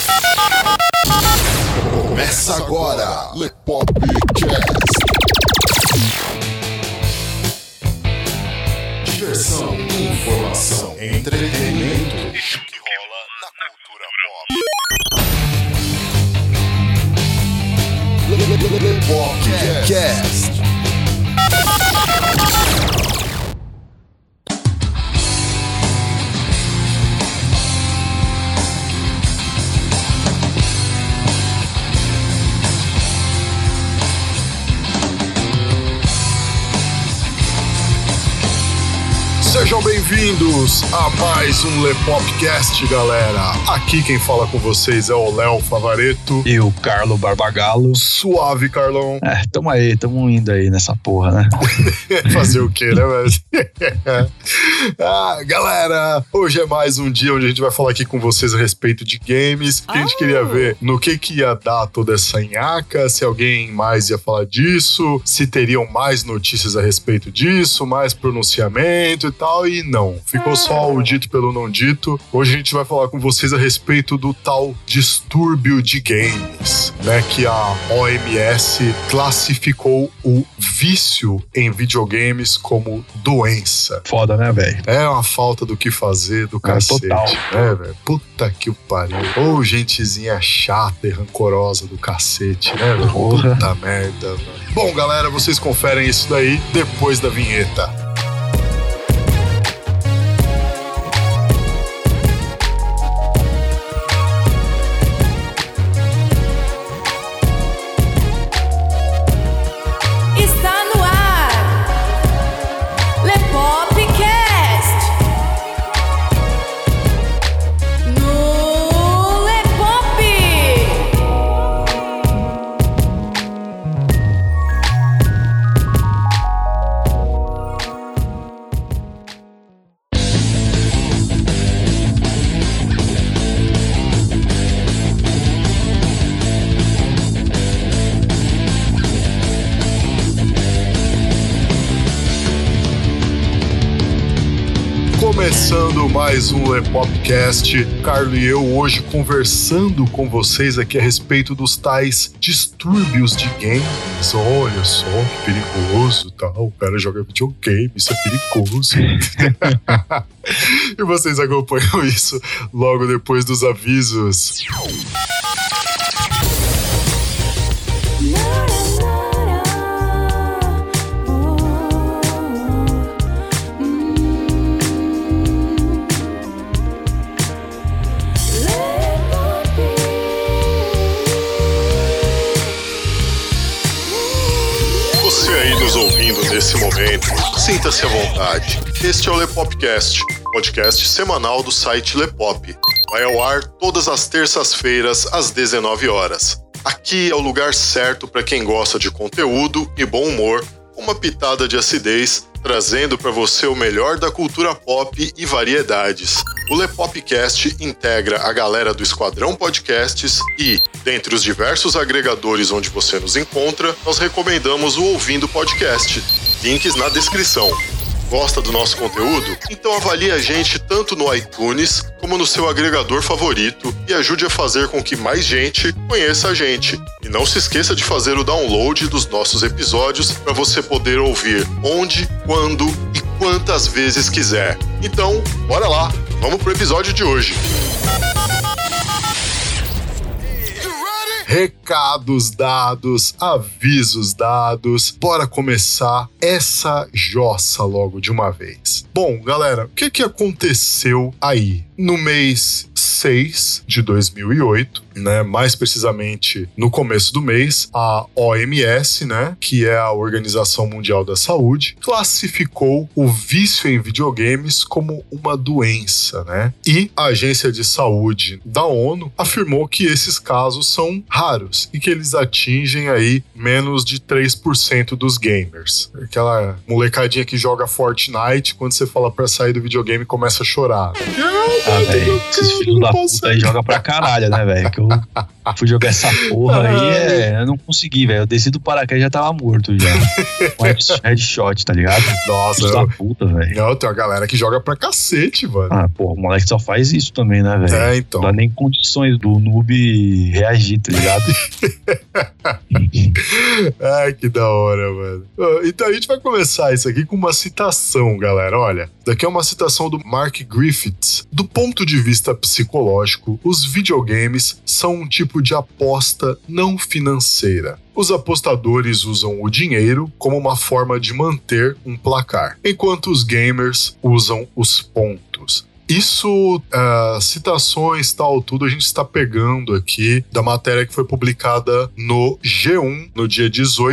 Começa agora, Lepopcast. Diversão, informação, entretenimento. O que rola na cultura pop. Lepopcast. Sejam bem-vindos a mais um Lepopcast, galera. Aqui quem fala com vocês é o Léo Favaretto. E o Carlo Barbagalo. Suave, Carlão. Tamo indo aí nessa porra, né? Fazer o quê, né, velho? Galera, hoje é mais um dia onde a gente vai falar aqui com vocês a respeito de games. Que a gente queria ver no que ia dar toda essa nhaca, se alguém mais ia falar disso, se teriam mais notícias a respeito disso, mais pronunciamento e tal. E não, ficou só o dito pelo não dito. Hoje a gente vai falar com vocês a respeito do tal distúrbio de games, né? Que a OMS classificou o vício em videogames como doença. Foda, né, velho? É uma falta do que fazer do cacete. Total. É, velho? Puta que o pariu. Ô, gentezinha chata e rancorosa do cacete, né, velho? Puta merda, velho. Bom, galera, vocês conferem isso daí depois da vinheta. Começando mais um Lepopcast, Carlo e eu hoje conversando com vocês aqui a respeito dos tais distúrbios de games. Olha só que perigoso, tal. O cara joga videogame, isso é perigoso. E vocês acompanham isso logo depois dos avisos. Ouvindo nesse momento, sinta-se à vontade. Este é o Lepopcast, podcast semanal do site Lepop. Vai ao ar todas as terças-feiras às 19 horas. Aqui é o lugar certo para quem gosta de conteúdo e bom humor, uma pitada de acidez, trazendo para você o melhor da cultura pop e variedades. O Lepopcast integra a galera do Esquadrão Podcasts e, dentre os diversos agregadores onde você nos encontra, nós recomendamos o Ouvindo Podcast. Links na descrição. Gosta do nosso conteúdo? Então avalie a gente tanto no iTunes como no seu agregador favorito e ajude a fazer com que mais gente conheça a gente. E não se esqueça de fazer o download dos nossos episódios para você poder ouvir onde, quando e quantas vezes quiser. Então, bora lá! Vamos pro episódio de hoje. Recados dados, avisos dados, bora começar essa jossa logo de uma vez. Bom, galera, o que aconteceu aí? No mês 6 de 2008, né, mais precisamente no começo do mês, a OMS, né, que é a Organização Mundial da Saúde, classificou o vício em videogames como uma doença, né? E a Agência de Saúde da ONU afirmou que esses casos são raros e que eles atingem aí menos de 3% dos gamers. Aquela molecadinha que joga Fortnite, quando você fala pra sair do videogame, começa a chorar. Velho, esses filhos da puta aí jogam pra caralho, né, velho? Fui jogar essa porra aí, eu não consegui, velho. Eu desci do paraquedas e já tava morto já. Um headshot, tá ligado? Nossa, Filho da puta, velho. Não, tem uma galera que joga pra cacete, mano. Ah, pô, o moleque só faz isso também, né, velho? É, então. Não dá nem condições do noob reagir, tá ligado? Ai, que da hora, mano. Então a gente vai começar isso aqui com uma citação, galera. Olha, daqui é uma citação do Mark Griffiths. Do ponto de vista psicológico, os videogames são um tipo de aposta não financeira. Os apostadores usam o dinheiro como uma forma de manter um placar, enquanto os gamers usam os pontos. Isso, citações, tal, tudo a gente está pegando aqui da matéria que foi publicada no G1 no dia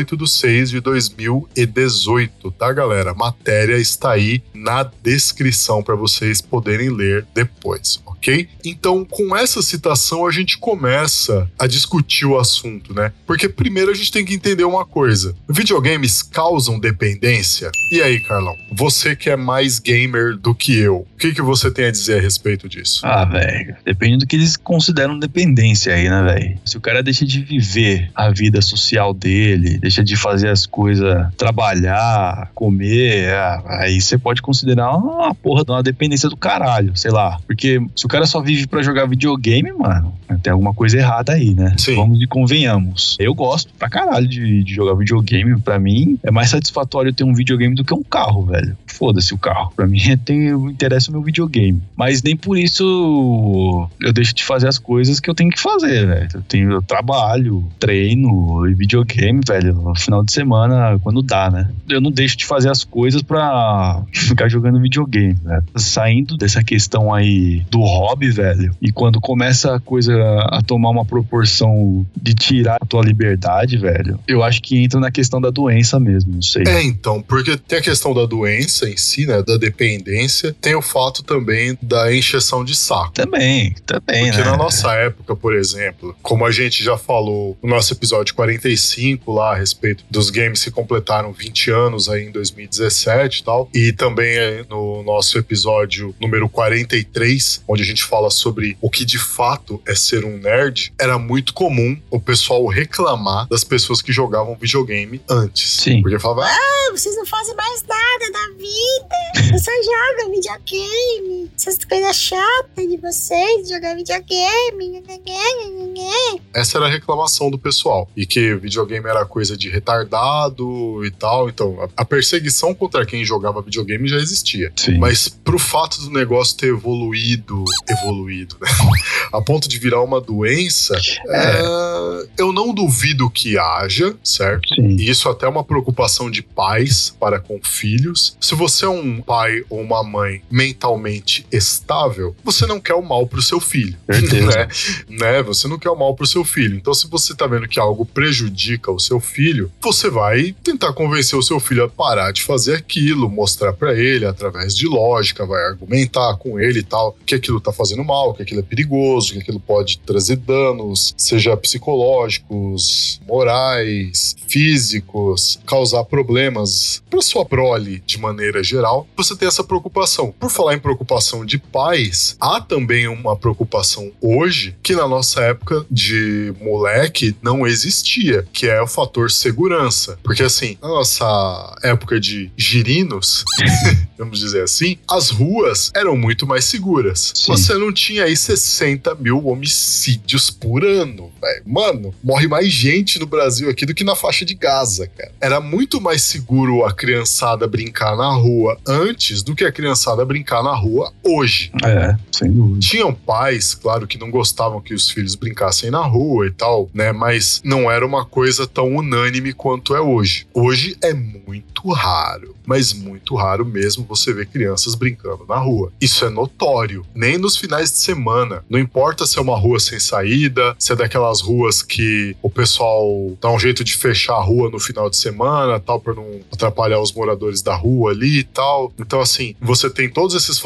18/6/2018, tá, galera? A matéria está aí na descrição para vocês poderem ler depois, ok? Então, com essa citação, a gente começa a discutir o assunto, né? Porque primeiro a gente tem que entender uma coisa. Videogames causam dependência? E aí, Carlão? Você que é mais gamer do que eu, o que você tem a dizer a respeito disso? Ah, velho, depende do que eles consideram dependência aí, né, velho? Se o cara deixa de viver a vida social dele, deixa de fazer as coisas, trabalhar, comer, aí você pode considerar uma porra de uma dependência do caralho, sei lá. Porque se o cara só vive pra jogar videogame, mano, tem alguma coisa errada aí, né? Sim. Vamos e convenhamos. Eu gosto pra caralho de jogar videogame. Pra mim, é mais satisfatório ter um videogame do que um carro, velho. Foda-se o carro. Pra mim, interessa o meu videogame. Mas nem por isso eu deixo de fazer as coisas que eu tenho que fazer, velho. Eu trabalho, treino e videogame, velho, no final de semana, quando dá, né? Eu não deixo de fazer as coisas pra ficar jogando videogame, velho. Saindo dessa questão aí do hobby, velho, e quando começa a coisa a tomar uma proporção de tirar a tua liberdade, velho, eu acho que entra na questão da doença mesmo, não sei. Então, porque tem a questão da doença em si, né, da dependência, tem o fato também da encheção de saco. Também, porque né? Na nossa época, por exemplo, como a gente já falou no nosso episódio 45 lá a respeito dos games que completaram 20 anos aí em 2017 e tal, e também no nosso episódio número 43, onde a gente fala sobre o que de fato é ser um nerd, era muito comum o pessoal reclamar das pessoas que jogavam videogame antes. Sim. Porque falava, vocês não fazem mais nada da vida, vocês só jogam videogame, essas coisas chatas de vocês, jogar videogame. essa era a reclamação do pessoal. E que videogame era coisa de retardado e tal. Então, a perseguição contra quem jogava videogame já existia. Sim. Mas pro fato do negócio ter evoluído, né? A ponto de virar uma doença, eu não duvido que haja, certo? Sim. E isso até é uma preocupação de pais para com filhos. Se você é um pai ou uma mãe mentalmente estável, você não quer o mal pro seu filho. Certeza. né? Você não quer o mal pro seu filho. Então, se você tá vendo que algo prejudica o seu filho, você vai tentar convencer o seu filho a parar de fazer aquilo, mostrar pra ele através de lógica, vai argumentar com ele e tal, que aquilo tá fazendo mal, que aquilo é perigoso, que aquilo pode trazer danos, seja psicológicos, morais, físicos, causar problemas pra sua prole de maneira geral. Você tem essa preocupação. Por falar em preocupação de pais, há também uma preocupação hoje que na nossa época de moleque não existia, que é o fator segurança. Porque assim, na nossa época de girinos, vamos dizer assim, as ruas eram muito mais seguras. Sim. Você não tinha aí 60 mil homicídios por ano, velho. Mano, morre mais gente no Brasil aqui do que na faixa de Gaza, cara. Era muito mais seguro a criançada brincar na rua antes do que a criançada brincar na rua hoje. Sem dúvida. Tinham pais, claro, que não gostavam que os filhos brincassem na rua e tal, né? Mas não era uma coisa tão unânime quanto é hoje. Hoje é muito raro, mas muito raro mesmo você ver crianças brincando na rua. Isso é notório. Nem nos finais de semana. Não importa se é uma rua sem saída, se é daquelas ruas que o pessoal dá um jeito de fechar a rua no final de semana, tal, para não atrapalhar os moradores da rua ali e tal. Então, assim, você tem todos esses fatores de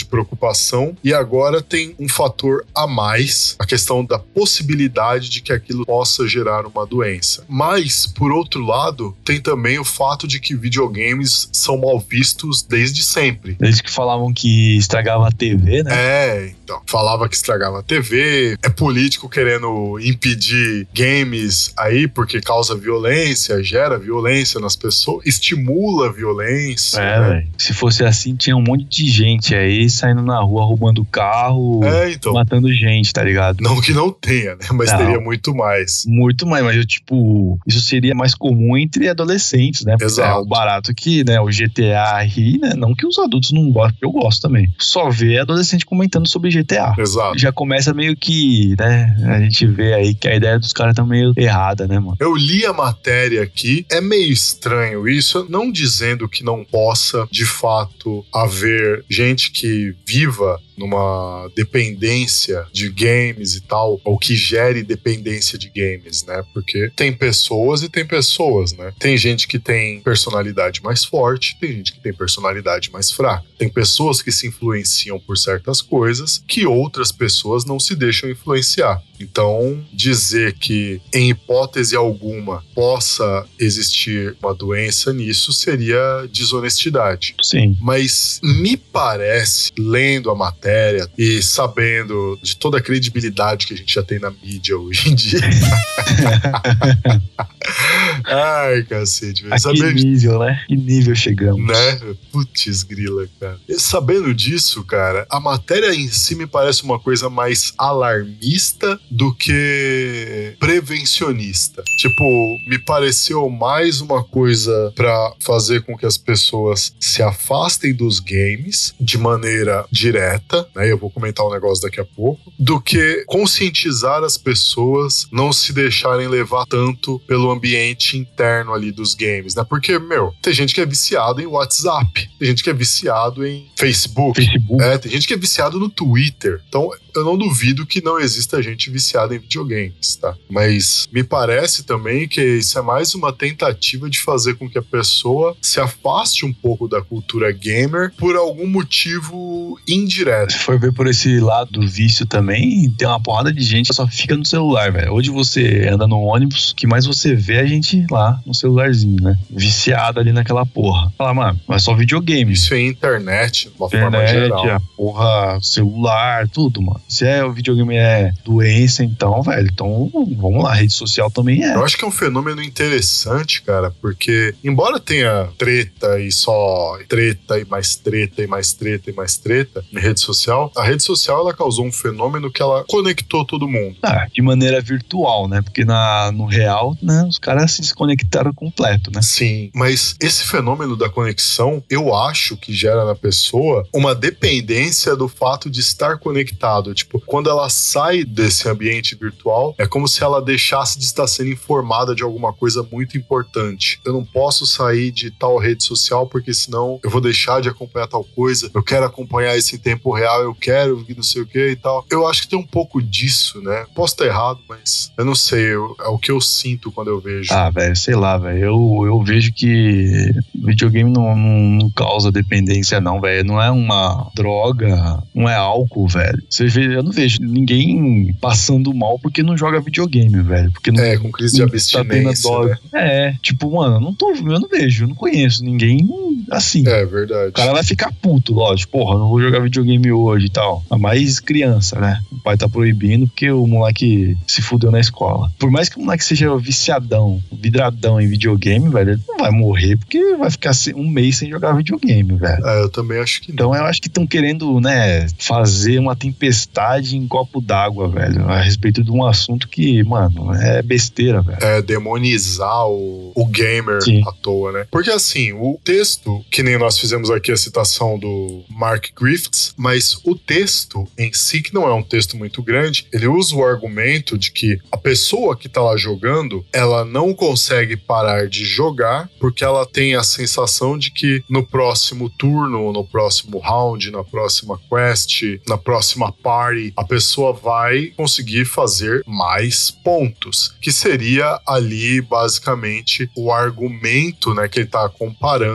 preocupação, e agora tem um fator a mais, a questão da possibilidade de que aquilo possa gerar uma doença. Mas, por outro lado, tem também o fato de que videogames são mal vistos desde sempre. Desde que falavam que estragava a TV, né? Então, falava que estragava a TV, é político querendo impedir games aí porque causa violência, gera violência nas pessoas, estimula a violência. Velho. Se fosse assim, tinha um monte de gente aí saindo na rua roubando carro, então, matando gente, tá ligado? Não que não tenha, né? Mas teria muito mais. Muito mais, mas isso seria mais comum entre adolescentes, né? Exato. É o barato que, né, o GTA aí, né? Não que os adultos não gostem, eu gosto também. Só vê adolescente comentando sobre GTA. Exato. Já começa meio que, né? A gente vê aí que a ideia dos caras tá meio errada, né, mano? Eu li a matéria aqui, é meio estranho isso, não dizendo que não possa, de fato, haver gente que viva numa dependência de games e tal, ou que gere dependência de games, né? Porque tem pessoas e tem pessoas, né? Tem gente que tem personalidade mais forte, tem gente que tem personalidade mais fraca. Tem pessoas que se influenciam por certas coisas que outras pessoas não se deixam influenciar. Então, dizer que, em hipótese alguma, possa existir uma doença nisso seria desonestidade. Sim. Mas me parece, lendo a matéria e sabendo de toda a credibilidade que a gente já tem na mídia hoje em dia. Ai, cacete. Que nível, né? Que nível chegamos. Né? Putz, grila, cara. E sabendo disso, cara, a matéria em si me parece uma coisa mais alarmista do que prevencionista. Tipo, me pareceu mais uma coisa pra fazer com que as pessoas se afastem dos games de maneira direta, né? Eu vou comentar um negócio daqui a pouco, do que conscientizar as pessoas não se deixarem levar tanto pelo ambiente interno ali dos games, né? Porque, tem gente que é viciado em WhatsApp, tem gente que é viciado em Facebook. Tem gente que é viciado no Twitter. Então, eu não duvido que não exista gente viciada em videogames, tá? Mas me parece também que isso é mais uma tentativa de fazer com que a pessoa se afaste um pouco da cultura gamer por algum motivo indireto. Se for ver por esse lado do vício também, tem uma porrada de gente que só fica no celular, velho. Hoje você anda no ônibus, o que mais você vê é a gente lá no celularzinho, né? Viciado ali naquela porra. Fala, mano, mas só videogame. Isso é internet, de uma forma geral. A porra, celular, tudo, mano. Se o videogame é doença, então, velho, então vamos lá, rede social também é. Eu acho que é um fenômeno interessante, cara, porque embora tenha treta e só treta e mais treta e mais treta e mais treta em rede social, a rede social ela causou um fenômeno que ela conectou todo mundo. De maneira virtual, né? Porque no real, né, os caras se desconectaram completo, né? Sim, mas esse fenômeno da conexão, eu acho que gera na pessoa uma dependência do fato de estar conectado. Tipo, quando ela sai desse ambiente virtual, é como se ela deixasse de estar sendo informada de alguma coisa muito importante. Eu não posso sair de tal rede social porque senão eu vou deixar de acompanhar tal coisa. Eu quero acompanhar isso em tempo real, eu quero não sei o que e tal. Eu acho que tem um pouco disso, né? Posso estar errado, mas eu não sei. É o que eu sinto quando eu vejo. Velho, sei lá, velho. Eu vejo que videogame não causa dependência, não, velho. Não é uma droga, não é álcool, velho. Eu não vejo ninguém passando mal porque não joga videogame, velho. Porque não, com crise de abstinência, né? Tipo, mano, eu não vejo, eu não conheço ninguém assim. É verdade. O cara vai ficar puto, lógico. Porra, não vou jogar videogame hoje e tal. A mais criança, né? O pai tá proibindo porque o moleque se fudeu na escola. Por mais que o moleque seja viciadão, vidradão em videogame, velho, ele não vai morrer porque vai ficar um mês sem jogar videogame, velho. Eu também acho que não. Então eu acho que estão querendo, né, fazer uma tempestade em copo d'água, velho, a respeito de um assunto que, mano, é besteira, velho. Demonizar o gamer à toa, né? Porque assim, o texto, que nem nós fizemos aqui a citação do Mark Griffiths, mas o texto em si, que não é um texto muito grande, ele usa o argumento de que a pessoa que tá lá jogando, ela não consegue parar de jogar porque ela tem a sensação de que no próximo turno, no próximo round, na próxima quest, na próxima party, a pessoa vai conseguir fazer mais pontos, que seria ali basicamente o argumento, né, que ele tá comparando com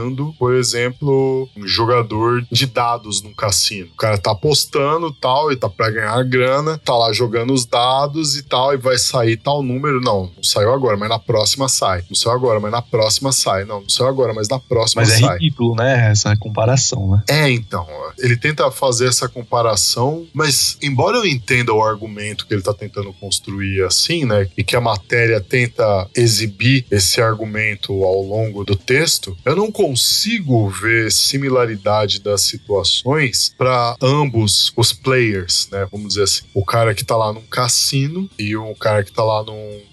por exemplo, um jogador de dados num cassino. O cara tá apostando tal, e tá pra ganhar grana, tá lá jogando os dados e tal, e vai sair tal número. Não saiu agora, mas na próxima sai. Não saiu agora, mas na próxima sai. Não saiu agora, mas na próxima sai. Mas é ridículo, né? Essa comparação, né? Então, ele tenta fazer essa comparação, mas embora eu entenda o argumento que ele tá tentando construir assim, né, e que a matéria tenta exibir esse argumento ao longo do texto, eu não consigo ver similaridade das situações para ambos os players, né, vamos dizer assim. O cara que tá lá num cassino e o cara que tá lá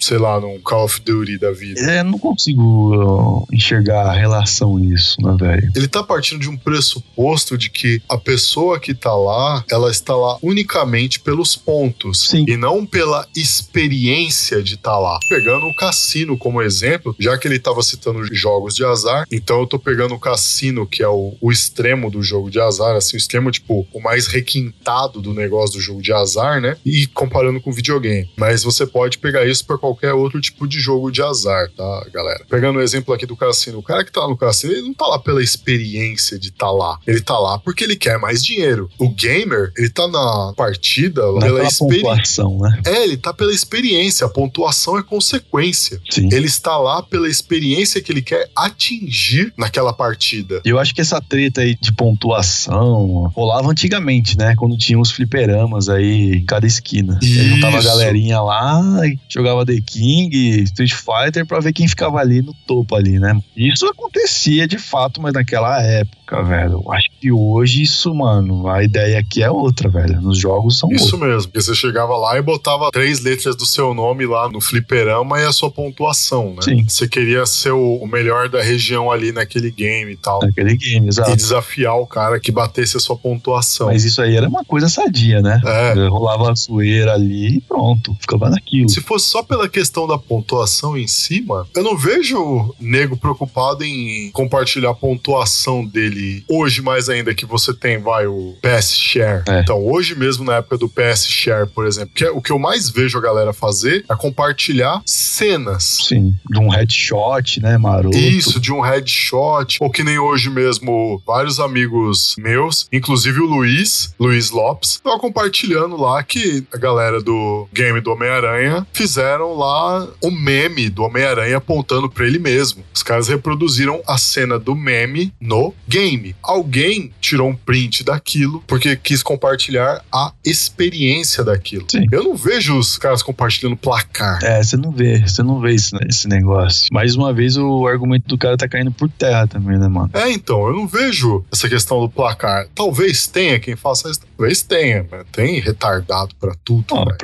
num Call of Duty da vida. Eu não consigo enxergar a relação nisso, né, velho? Ele tá partindo de um pressuposto de que a pessoa que tá lá, ela está lá unicamente pelos pontos. Sim. E não pela experiência de estar lá. Pegando o cassino como exemplo, já que ele estava citando jogos de azar, então eu tô pegando o cassino, que é o extremo do jogo de azar, assim, o extremo, tipo, o mais requintado do negócio do jogo de azar, né? E comparando com videogame. Mas você pode pegar isso para qualquer outro tipo de jogo de azar, tá, galera? Pegando o exemplo aqui do cassino, o cara que tá no cassino, ele não tá lá pela experiência de estar lá. Ele tá lá porque ele quer mais dinheiro. O gamer, ele tá na partida pela experiência. Né? Ele tá pela experiência. A pontuação é consequência. Sim. Ele está lá pela experiência que ele quer atingir naquela partida. Eu acho que essa treta aí de pontuação rolava antigamente, né? Quando tinha os fliperamas aí em cada esquina. Isso. Aí juntava a galerinha lá e jogava The King, Street Fighter pra ver quem ficava ali no topo ali, né? Isso acontecia de fato, mas naquela época, velho. Eu acho que hoje isso, mano, a ideia aqui é outra, velho. Nos jogos são isso outros. mesmo, porque você chegava lá e botava 3 letras do seu nome lá no fliperama e a sua pontuação, né? Sim. Você queria ser o melhor da região ali naquele game e tal. Naquele game, exato. E desafiar o cara que batesse a sua pontuação. Mas isso aí era uma coisa sadia, né? É. Rolava a zoeira ali e pronto, ficava naquilo. Se fosse só pela questão da pontuação em cima, eu não vejo nego preocupado em compartilhar a pontuação dele hoje, mais ainda que você tem, o PS Share. Então, hoje mesmo, na época do PS Share, por exemplo, que é o que eu mais vejo a galera fazer é compartilhar cenas. Sim, de um headshot, né, maroto? Isso, de um headshot, ou que nem hoje mesmo, vários amigos meus, inclusive o Luiz Lopes, estava compartilhando lá que a galera do game do Homem-Aranha fizeram lá o meme do Homem-Aranha apontando pra ele mesmo. Os caras reproduziram a cena do meme no game. Alguém tirou um print daquilo porque quis compartilhar a experiência daquilo. Sim. Eu não vejo os caras compartilhando placar. Você não vê esse negócio. Mais uma vez o argumento do cara tá caindo por terra também, né, mano? Então, eu não vejo essa questão do placar. Talvez tenha quem faça isso, talvez tenha, mas tem retardado pra tudo.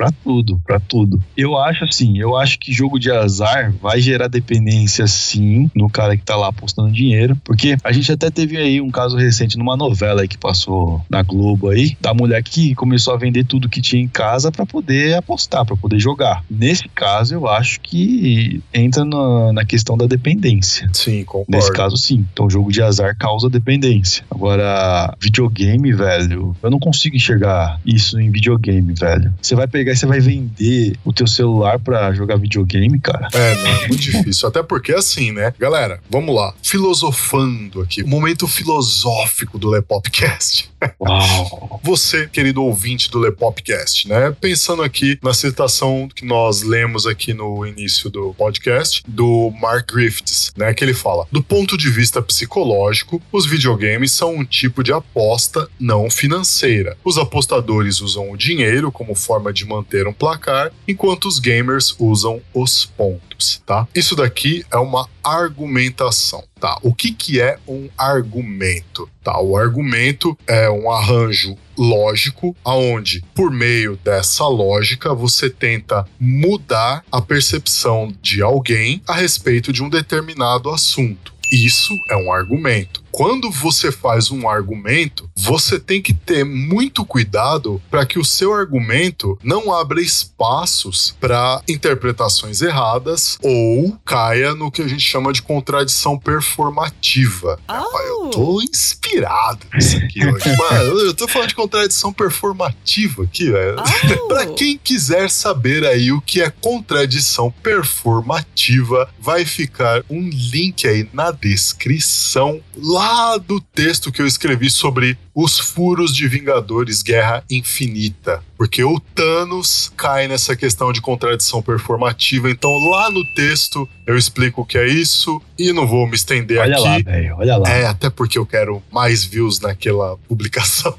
Pra tudo. Eu acho que jogo de azar vai gerar dependência sim no cara que tá lá apostando dinheiro, porque a gente até teve aí um caso recente numa novela aí que passou na Globo aí, da mulher que começou a vender tudo que tinha em casa pra poder apostar, pra poder jogar. Nesse caso, eu acho que entra na questão da dependência. Sim, concordo. Nesse caso, sim. Então, jogo de azar causa dependência. Agora, videogame, velho, eu não consigo enxergar isso em videogame, velho. Você vai pegar e você vai vender o teu celular pra jogar videogame, cara? Não, é muito difícil. Até porque assim, né? Galera, vamos lá. Filosofando aqui. O momento filosófico do Lepopcast. Uau. Você, querido ouvinte do Lepopcast, né? Pensando aqui na citação que nós lemos aqui no início do podcast, do Mark Griffiths, né? Que ele fala: do ponto de vista psicológico, os videogames são um tipo de aposta não financeira. Os apostadores usam o dinheiro como forma de manter um placar, enquanto os gamers usam os pontos, tá? Isso daqui é uma argumentação, tá? O que é um argumento? Tá? O argumento é um arranjo lógico, aonde, por meio dessa lógica, você tenta mudar a percepção de alguém a respeito de um determinado assunto. Isso é um argumento. Quando você faz um argumento, você tem que ter muito cuidado para que o seu argumento não abra espaços para interpretações erradas ou caia no que a gente chama de contradição performativa. Eu tô inspirado nisso aqui hoje. Mano, eu tô falando de contradição performativa aqui, velho. Para quem quiser saber aí o que é contradição performativa, vai ficar um link aí na descrição lá lá do texto que eu escrevi sobre os furos de Vingadores Guerra Infinita. Porque o Thanos cai nessa questão de contradição performativa. Então, lá no texto, eu explico o que é isso e não vou me estender olha aqui. Olha lá, velho, olha lá. Até porque eu quero mais views naquela publicação.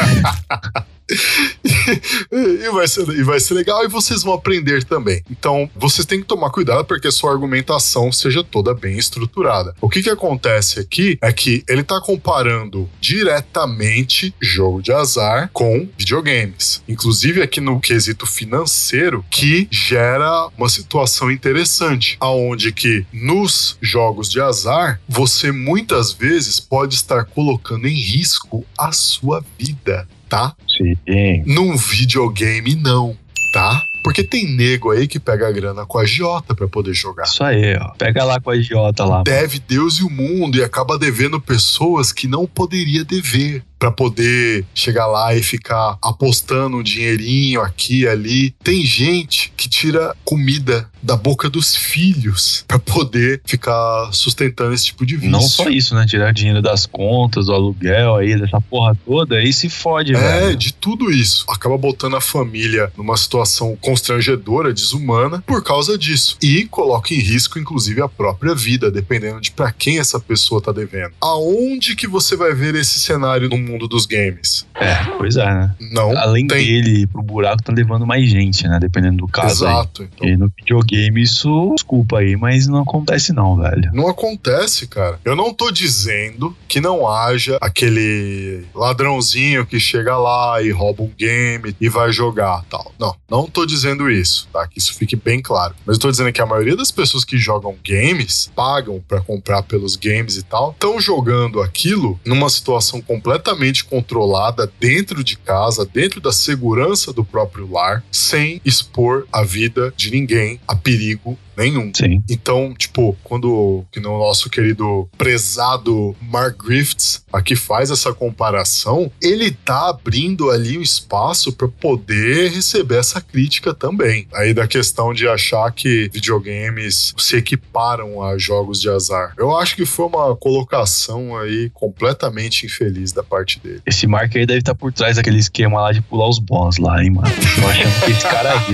E vai ser legal e vocês vão aprender também. Então, vocês têm que tomar cuidado para que a sua argumentação seja toda bem estruturada. O que acontece aqui é que ele tá comparando diretamente jogo de azar com videogames. Inclusive aqui no quesito financeiro, que gera uma situação interessante, aonde que nos jogos de azar, você muitas vezes pode estar colocando em risco a sua vida. Tá? Sim. Num videogame, não, tá? Porque tem nego aí que pega a grana com a agiota pra poder jogar. Isso aí, ó. Pega lá com a agiota lá. Deve Deus e o mundo e acaba devendo pessoas que não poderia dever. Pra poder chegar lá e ficar apostando um dinheirinho aqui e ali. Tem gente que tira comida da boca dos filhos pra poder ficar sustentando esse tipo de vício. Não só isso, né? Tirar dinheiro das contas, do aluguel aí, dessa porra toda, aí se fode, velho. De tudo isso. Acaba botando a família numa situação constrangedora, desumana, por causa disso. E coloca em risco, inclusive, a própria vida, dependendo de pra quem essa pessoa tá devendo. Aonde que você vai ver esse cenário no mundo dos games? Pois é, né? Não. Além dele pro buraco, tá levando mais gente, né? Dependendo do caso. Exato. Aí. Então. E no videogame, isso, desculpa aí, mas não acontece não, velho. Não acontece, cara. Eu não tô dizendo que não haja aquele ladrãozinho que chega lá e rouba um game e vai jogar, tal. Não tô dizendo isso, tá? Que isso fique bem claro. Mas eu tô dizendo que a maioria das pessoas que jogam games, pagam pra comprar pelos games e tal, estão jogando aquilo numa situação completamente controlada dentro de casa, dentro da segurança do próprio lar, sem expor a vida de ninguém a perigo nenhum. Sim. Então, tipo, quando que no nosso querido prezado Mark Griffiths aqui faz essa comparação, ele tá abrindo ali um espaço para poder receber essa crítica também. Aí da questão de achar que videogames se equiparam a jogos de azar. Eu acho que foi uma colocação aí completamente infeliz da parte dele. Esse Mark aí deve estar por trás daquele esquema lá de pular os boss lá, hein, mano. Tô achando que esse cara aí,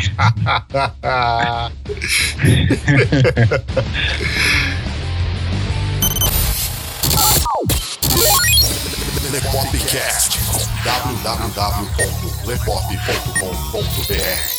velho. Lepopcast, www.lepop.com.br.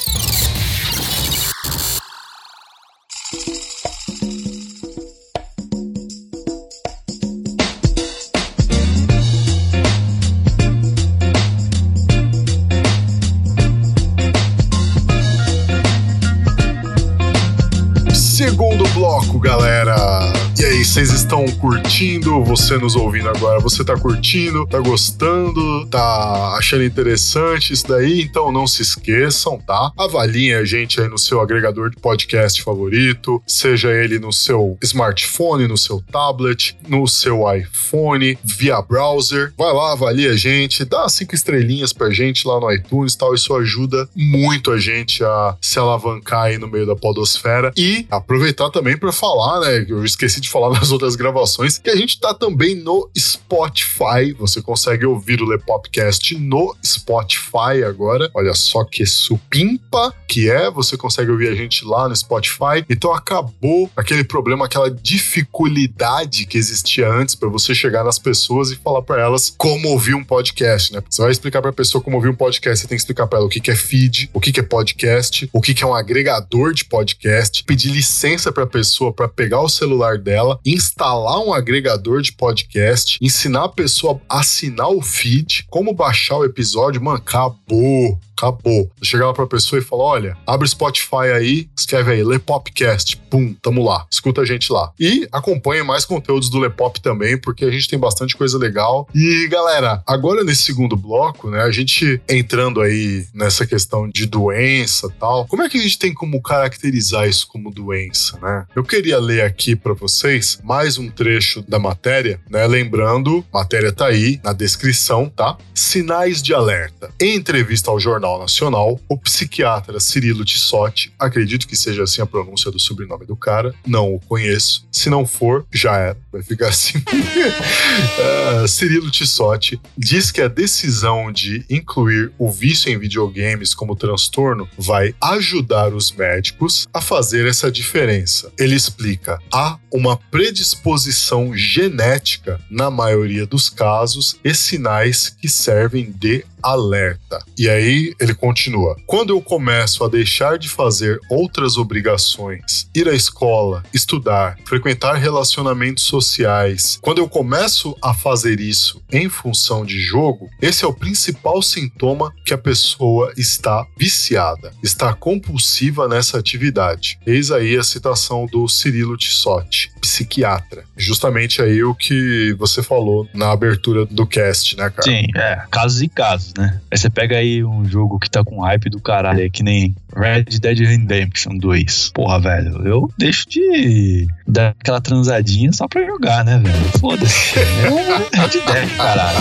Segundo bloco, galera. E aí, vocês estão curtindo? Você nos ouvindo agora, você tá curtindo? Tá gostando? Tá achando interessante isso daí? Então não se esqueçam, tá? Avaliem a gente aí no seu agregador de podcast favorito, seja ele no seu smartphone, no seu tablet, no seu iPhone, via browser. Vai lá, avalia a gente, dá 5 estrelinhas pra gente lá no iTunes e tal. Isso ajuda muito a gente a se alavancar aí no meio da podosfera. E aproveitar também para falar, né, que eu esqueci de falar nas outras gravações, que a gente tá também no Spotify. Você consegue ouvir o Lepopcast no Spotify agora. Olha só que supimpa que é. Você consegue ouvir a gente lá no Spotify. Então acabou aquele problema, aquela dificuldade que existia antes para você chegar nas pessoas e falar para elas como ouvir um podcast, né? Você vai explicar para a pessoa como ouvir um podcast, você tem que explicar para ela o que é feed, o que é podcast, o que é um agregador de podcast, pedir licença para a pessoa para pegar o celular dela, instalar um agregador de podcast, ensinar a pessoa a assinar o feed, como baixar o episódio. Mano, acabou. Eu chegava pra pessoa e falava, olha, abre o Spotify aí, escreve aí, Lepopcast, pum, tamo lá, escuta a gente lá. E acompanhe mais conteúdos do Lepop também, porque a gente tem bastante coisa legal. E galera, agora nesse segundo bloco, né, a gente entrando aí nessa questão de doença e tal, como é que a gente tem como caracterizar isso como doença, né? Eu queria ler aqui pra vocês mais um trecho da matéria, né, lembrando, a matéria tá aí na descrição, tá? Sinais de alerta. Em entrevista ao jornal Jornal Nacional, o psiquiatra Cirilo Tissotti, acredito que seja assim a pronúncia do sobrenome do cara, não o conheço, se não for, já era, vai ficar assim. Cirilo Tissotti diz que a decisão de incluir o vício em videogames como transtorno vai ajudar os médicos a fazer essa diferença. Ele explica: há uma predisposição genética na maioria dos casos e sinais que servem de alerta. E aí ele continua: quando eu começo a deixar de fazer outras obrigações, ir à escola, estudar, frequentar relacionamentos sociais, quando eu começo a fazer isso em função de jogo, esse é o principal sintoma que a pessoa está viciada, está compulsiva nessa atividade. Eis aí a citação do Cirilo Tissotti, psiquiatra. Justamente aí o que você falou na abertura do cast, né, cara? Sim, casos e casos, né? Aí você pega aí um jogo que tá com hype do caralho, é que nem Red Dead Redemption 2. Porra, velho, eu deixo de dar aquela transadinha só pra jogar, né, velho? Foda-se. É Red Dead, caralho.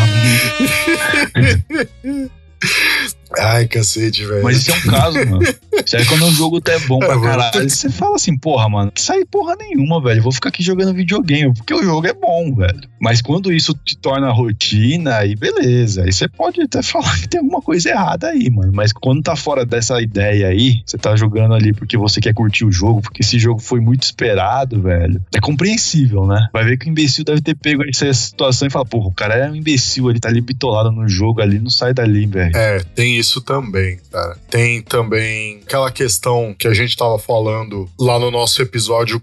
Ai, cacete, velho. Mas isso é um caso, mano. Isso aí quando o jogo tá bom pra caralho, você fala assim, porra, mano, que sai porra nenhuma, velho. Vou ficar aqui jogando videogame, porque o jogo é bom, velho. Mas quando isso te torna rotina, aí beleza. Aí você pode até falar que tem alguma coisa errada aí, mano. Mas quando tá fora dessa ideia aí, você tá jogando ali porque você quer curtir o jogo, porque esse jogo foi muito esperado, velho. É compreensível, né? Vai ver que o imbecil deve ter pego essa situação e falar, porra, o cara é um imbecil, ele tá ali bitolado no jogo ali, não sai dali, velho. Tem isso também, cara. Tem também aquela questão que a gente tava falando lá no nosso episódio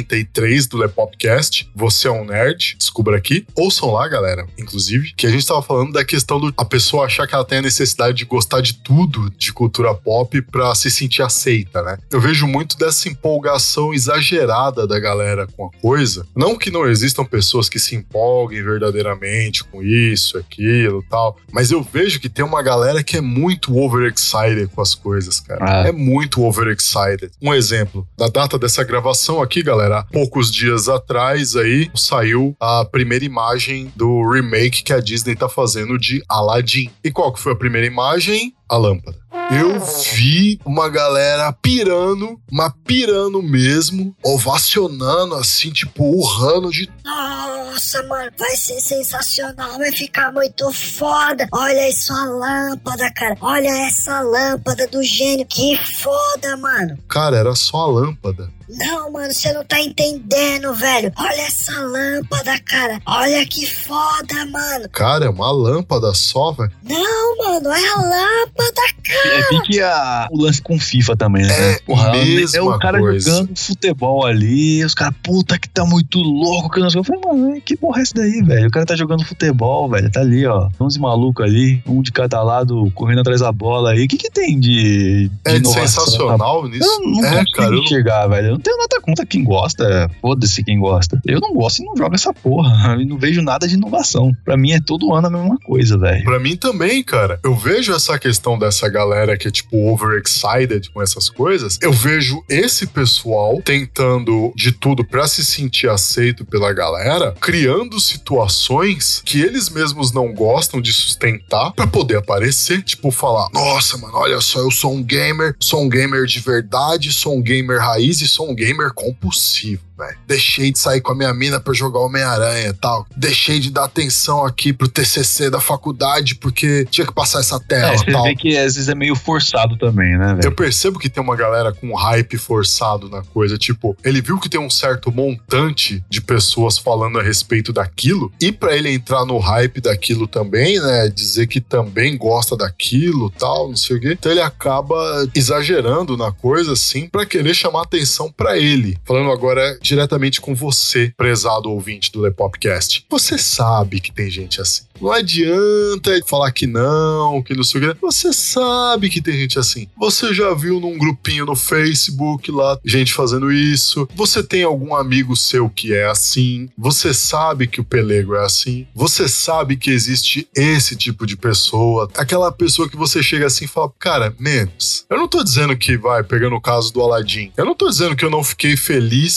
43 do Lepopcast. Você é um nerd, descubra aqui. Ouçam lá, galera, inclusive, que a gente tava falando da questão a pessoa achar que ela tem a necessidade de gostar de tudo de cultura pop pra se sentir aceita, né? Eu vejo muito dessa empolgação exagerada da galera com a coisa. Não que não existam pessoas que se empolguem verdadeiramente com isso, aquilo e tal, mas eu vejo que tem uma galera que é muito overexcited com as coisas, cara. É muito overexcited. Um exemplo, da data dessa gravação aqui, galera, há poucos dias atrás aí, saiu a primeira imagem do remake que a Disney tá fazendo de Aladdin. E qual que foi a primeira imagem? A lâmpada. Eu vi uma galera pirando, mas pirando mesmo, ovacionando assim, tipo, urrando de... Nossa, mano, vai ser sensacional, vai ficar muito foda. Olha aí sua lâmpada, cara. Olha essa lâmpada do gênio. Que foda, mano. Cara, era só a lâmpada. Não, mano, você não tá entendendo, velho. Olha essa lâmpada, cara. Olha que foda, mano. Cara, é uma lâmpada só, velho. Não, mano, é a lâmpada, cara. Fique o lance com FIFA também, né? Porra, mesma o cara coisa. Jogando futebol ali, os caras, puta que tá muito louco. Que eu falei, mano, que porra é essa daí, velho? O cara tá jogando futebol, velho. Tá ali, ó. 11 malucos ali, um de cada lado, correndo atrás da bola aí. O que tem de inovação, sensacional nisso? Eu não consigo enxergar, velho. Eu não tenho nada contra quem gosta. Foda-se quem gosta. Eu não gosto e não jogo essa porra. Eu não vejo nada de inovação. Pra mim é todo ano a mesma coisa, velho. Pra mim também, cara. Eu vejo essa questão dessa galera que é tipo overexcited com essas coisas. Eu vejo esse pessoal tentando de tudo pra se sentir aceito pela galera, criando situações que eles mesmos não gostam de sustentar pra poder aparecer. Tipo, falar, nossa, mano, olha só, eu sou um gamer de verdade, sou um gamer raiz e sou um gamer compulsivo. Deixei de sair com a minha mina pra jogar Homem-Aranha e tal. Deixei de dar atenção aqui pro TCC da faculdade porque tinha que passar essa tela e tal. Você vê que às vezes é meio forçado também, né, velho? Eu percebo que tem uma galera com hype forçado na coisa. Tipo, ele viu que tem um certo montante de pessoas falando a respeito daquilo e pra ele entrar no hype daquilo também, né, dizer que também gosta daquilo tal, não sei o quê. Então ele acaba exagerando na coisa, assim, pra querer chamar atenção pra ele. Falando agora diretamente com você, prezado ouvinte do Lepopcast. Você sabe que tem gente assim. Não adianta falar que não sei o que. Você sabe que tem gente assim. Você já viu num grupinho no Facebook lá, gente fazendo isso. Você tem algum amigo seu que é assim. Você sabe que o pelego é assim. Você sabe que existe esse tipo de pessoa. Aquela pessoa que você chega assim e fala, cara, menos. Eu não tô dizendo que, pegando o caso do Aladdin, eu não tô dizendo que eu não fiquei feliz em saber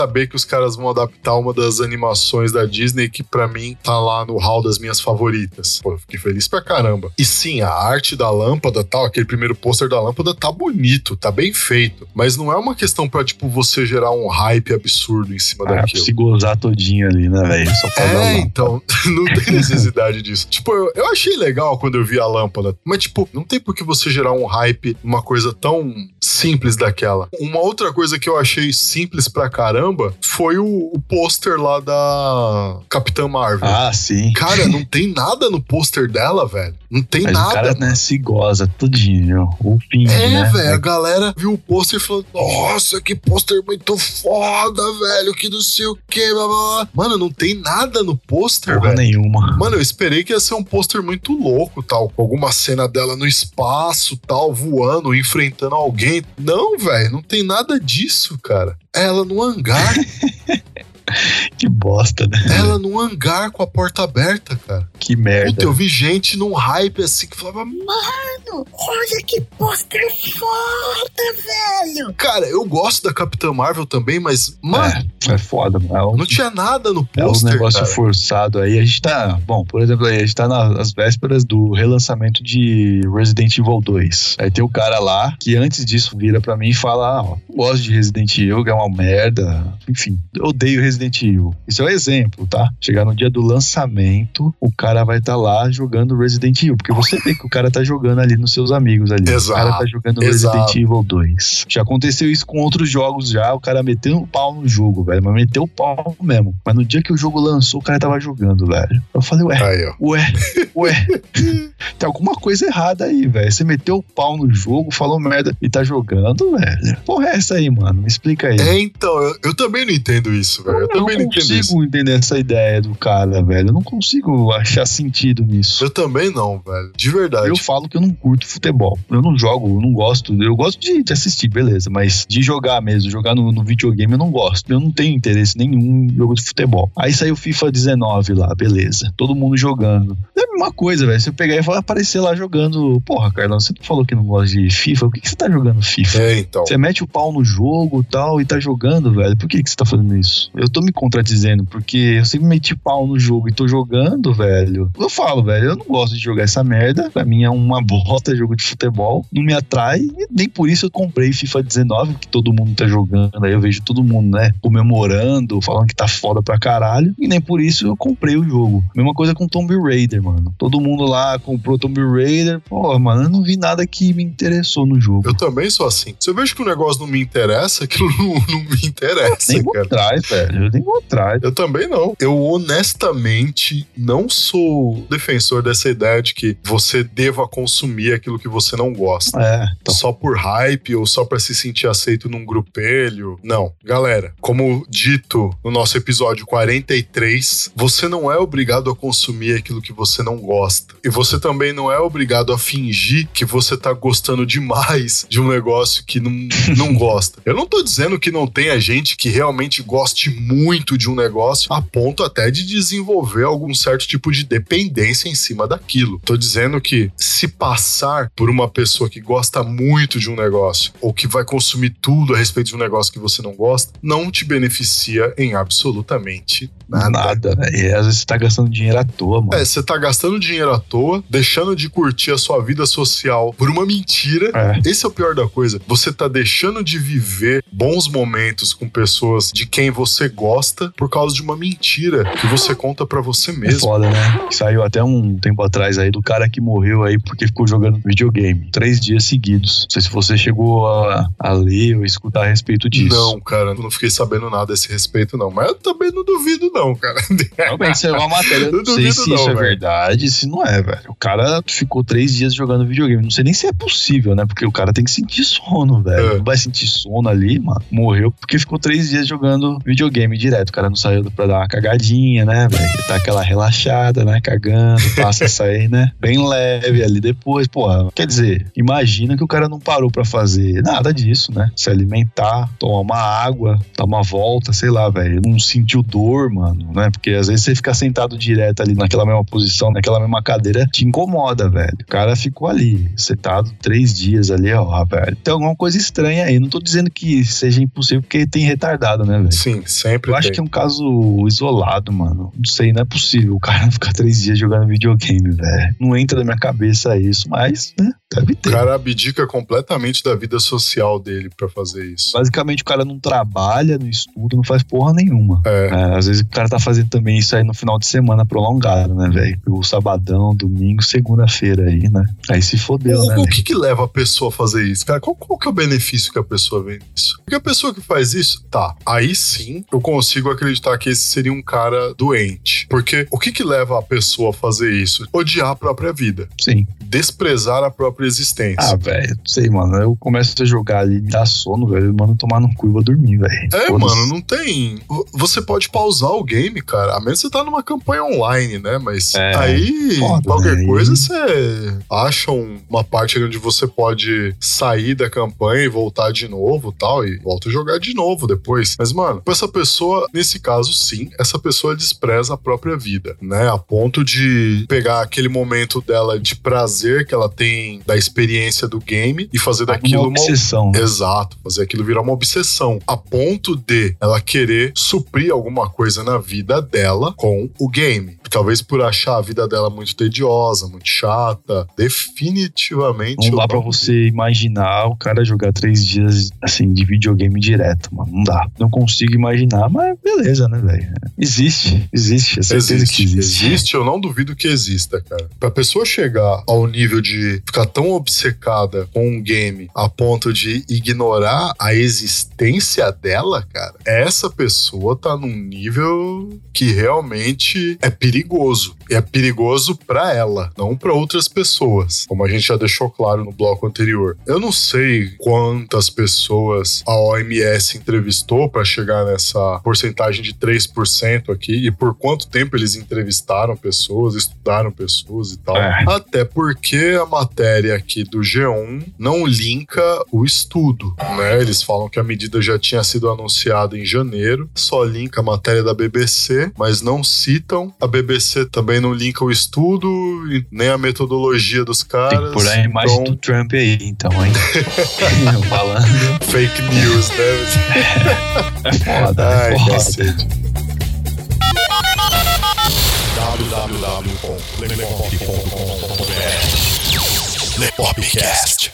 saber que os caras vão adaptar uma das animações da Disney que pra mim tá lá no hall das minhas favoritas. Pô, eu fiquei feliz pra caramba. E sim, a arte da lâmpada tal, aquele primeiro pôster da lâmpada tá bonito, tá bem feito. Mas não é uma questão pra, tipo, você gerar um hype absurdo em cima daquilo. Se gozar todinho ali, né, velho? Só pra dar então, não tem necessidade disso. Tipo, eu achei legal quando eu vi a lâmpada, mas, tipo, não tem por que você gerar um hype numa coisa tão simples daquela. Uma outra coisa que eu achei simples pra caramba foi o pôster lá da Capitã Marvel. Ah, sim. Cara, não tem nada no pôster dela, velho. Não tem mas nada. O cara, né, se goza tudinho, o finge, né? Velho, a galera viu o pôster e falou, nossa, que pôster muito foda, velho, que não sei o que, blá, blá, blá. Mano, não tem nada no pôster, velho. Nenhuma. Mano, eu esperei que ia ser um pôster muito louco, tal, com alguma cena dela no espaço, tal, voando, enfrentando alguém. Não, velho, não tem nada disso, cara. Ela no hangar. Que bosta, né? Ela num hangar com a porta aberta, cara. Que merda. Puta, eu vi gente num hype assim que falava, mano, olha que pôster foda, velho. Cara, eu gosto da Capitã Marvel também, mas, mano... É foda, mano. Não tinha nada no pôster, é um negócio cara. Forçado aí. A gente tá... Bom, por exemplo, aí a gente tá nas vésperas do relançamento de Resident Evil 2. Aí tem o cara lá que antes disso vira pra mim e fala, gosto de Resident Evil, que é uma merda. Enfim, eu odeio Resident Evil. Isso é um exemplo, tá? Chegar no dia do lançamento, o cara vai estar lá jogando Resident Evil, porque você vê que o cara tá jogando ali nos seus amigos ali. Exato. O cara tá jogando Resident Evil 2. Já aconteceu isso com outros jogos já, o cara meteu um pau no jogo, velho, mas meteu o pau mesmo. Mas no dia que o jogo lançou, o cara tava jogando, velho. Eu falei, ué, tem alguma coisa errada aí, velho. Você meteu o pau no jogo, falou merda e tá jogando, velho. Porra é essa aí, mano? Me explica aí. Então, eu também não entendo isso, velho. Eu não consigo entender essa ideia do cara, velho. Eu não consigo achar sentido nisso. Eu também não, velho. De verdade. Eu falo que eu não curto futebol. Eu não jogo, eu não gosto. Eu gosto de assistir, beleza. Mas de jogar mesmo, jogar no videogame eu não gosto. Eu não tenho interesse nenhum em jogo de futebol. Aí saiu FIFA 19 lá, beleza. Todo mundo jogando. É a mesma coisa, velho. Se eu pegar e aparecer lá jogando... Porra, Carlão, você não falou que não gosta de FIFA? Por que você tá jogando FIFA? Então. Você mete o pau no jogo e tal e tá jogando, velho. Por que você tá fazendo isso? Eu tô me contradizendo, porque eu sempre meti pau no jogo e tô jogando, velho. Eu falo, velho, eu não gosto de jogar essa merda. Pra mim é uma bosta jogo de futebol. Não me atrai. E nem por isso eu comprei FIFA 19, que todo mundo tá jogando. Aí eu vejo todo mundo, né, comemorando, falando que tá foda pra caralho. E nem por isso eu comprei o jogo. Mesma coisa com Tomb Raider, mano. Todo mundo lá comprou Tomb Raider. Pô, mano, eu não vi nada que me interessou no jogo. Eu também sou assim. Se eu vejo que o negócio não me interessa, aquilo não me interessa, nem vou atrás, velho. Eu nem vou atrás. Eu também não. Eu honestamente não sou defensor dessa ideia de que você deva consumir aquilo que você não gosta. Então. Só por hype ou só pra se sentir aceito num grupelho. Não. Galera, como dito no nosso episódio 43, você não é obrigado a consumir aquilo que você não gosta. E você também não é obrigado a fingir que você tá gostando demais de um negócio que não gosta. Eu não tô dizendo que não tenha gente que realmente goste muito de um negócio a ponto até de desenvolver algum certo tipo de dependência em cima daquilo. Tô dizendo que se passar por uma pessoa que gosta muito de um negócio ou que vai consumir tudo a respeito de um negócio que você não gosta, não te beneficia em absolutamente nada. E às vezes você tá gastando dinheiro à toa, mano. Você tá gastando dinheiro à toa, deixando de curtir a sua vida social por uma mentira. Esse é o pior da coisa. Você tá deixando de viver bons momentos com pessoas de quem você gosta por causa de uma mentira que você conta pra você mesmo. É foda, né? Saiu até um tempo atrás aí do cara que morreu aí porque ficou jogando videogame 3 dias seguidos. Não sei se você chegou a ler ou escutar a respeito disso. Não, cara, eu não fiquei sabendo nada a esse respeito, não. Mas eu também não duvido, não, cara. Realmente, saiu uma matéria. Eu não sei se isso é verdade, se não é, velho. O cara ficou 3 dias jogando videogame. Não sei nem se é possível, né? Porque o cara tem que sentir sono, velho. Não vai sentir sono ali, mano. Morreu porque ficou 3 dias jogando videogame direto. O cara não saiu pra dar uma cagadinha, né, velho? Tá aquela relaxada, né? Cagando, passa a sair, né? Bem leve ali depois. Porra, quer dizer, imagina que o cara não parou pra fazer nada disso, né? Se alimentar, tomar uma água, dar uma volta, sei lá, velho. Não sentiu dor, mano, né? Porque às vezes você fica sentado direto ali naquela mesma posição, naquela mesma cadeira te incomoda, velho. O cara ficou ali, sentado 3 dias ali, ó, velho. Tem alguma coisa estranha aí. Não tô dizendo que seja impossível, porque tem retardado, né, velho? Sim, sempre. Eu acho que é um caso isolado, mano. Não sei, não é possível o cara ficar 3 dias jogando videogame, velho. Não entra na minha cabeça isso, mas, né, deve ter. O cara abdica completamente da vida social dele pra fazer isso. Basicamente, o cara não trabalha, não estuda, não faz porra nenhuma. Às vezes o cara tá fazendo também isso aí no final de semana prolongado, né, velho? O sabadão, domingo, segunda-feira aí, né? Aí se fodeu, né? O que leva a pessoa a fazer isso? Cara, qual que é o benefício que a pessoa vê nisso? Porque a pessoa que faz isso, tá, aí sim eu consigo acreditar que esse seria um cara doente. Porque o que leva a pessoa a fazer isso? Odiar a própria vida. Sim. Desprezar a própria existência. Ah, velho, não sei, mano. Eu começo a jogar ali, me dá sono, velho. Mano, tomar no cu e vou dormir, velho. Mano, não tem. Você pode pausar o game, cara. A menos que você tá numa campanha online, né? Mas aí, qualquer coisa, você acha uma parte onde você pode sair da campanha e voltar de novo tal. E volta a jogar de novo depois. Mas, mano, essa pessoa, nesse caso, sim, essa pessoa despreza a própria vida, né? A ponto de pegar aquele momento dela de prazer que ela tem da experiência do game e fazer daquilo uma obsessão. Né? Exato, fazer aquilo virar uma obsessão. A ponto de ela querer suprir alguma coisa na vida dela com o game. Talvez por achar a vida dela muito tediosa, muito chata. Definitivamente. Não dá pra você imaginar o cara jogar 3 dias, assim, de videogame direto, mano. Não dá. Não consigo imaginar, mas beleza, né, velho? Existe. É certeza que existe. Existe, eu não duvido que exista, cara. Pra pessoa chegar ao nível de ficar tão obcecada com um game a ponto de ignorar a existência dela, cara, essa pessoa tá num nível que realmente é perigoso. E é perigoso pra ela, não pra outras pessoas, como a gente já deixou claro no bloco anterior. Eu não sei quantas pessoas a OMS entrevistou pra chegar nessa porcentagem de 3% aqui e por quanto tempo eles entrevistaram pessoas, estudaram pessoas e tal. Até porque a matéria aqui do G1 não linka o estudo, né? Eles falam que a medida já tinha sido anunciada em janeiro, só linka a matéria da BBC, mas não citam. A BBC também não linka o estudo, nem a metodologia dos caras. Tem que pôr a imagem do Trump aí, então, hein? Falando. Fake news, né? É foda, Ai, é foda. cacete. www.lepopcast.